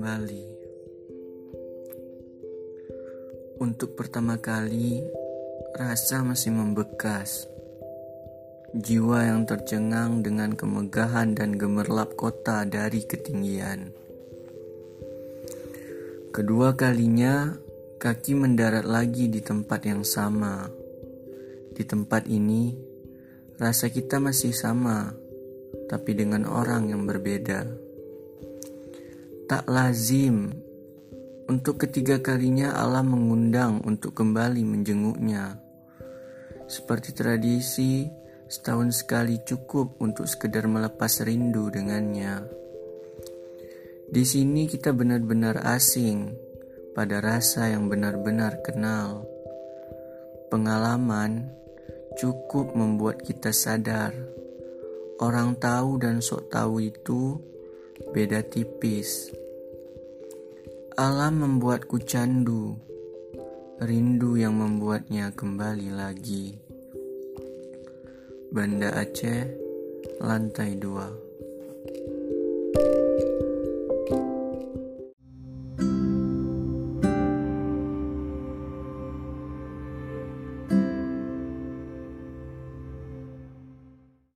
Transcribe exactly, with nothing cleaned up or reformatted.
kembali. Untuk pertama kali, rasa masih membekas. Jiwa yang tercengang dengan kemegahan dan gemerlap kota dari ketinggian. Kedua kalinya, kaki mendarat lagi di tempat yang sama. Di tempat ini, rasa kita masih sama, tapi dengan orang yang berbeda. Tak lazim untuk ketiga kalinya Allah mengundang untuk kembali menjenguknya. Seperti tradisi, setahun sekali cukup untuk sekedar melepas rindu dengannya. Di sini kita benar-benar asing pada rasa yang benar-benar kenal. Pengalaman cukup membuat kita sadar. Orang tahu dan sok tahu itu beda tipis. Alam membuatku candu, rindu yang membuatnya kembali lagi. Banda Aceh, lantai dua.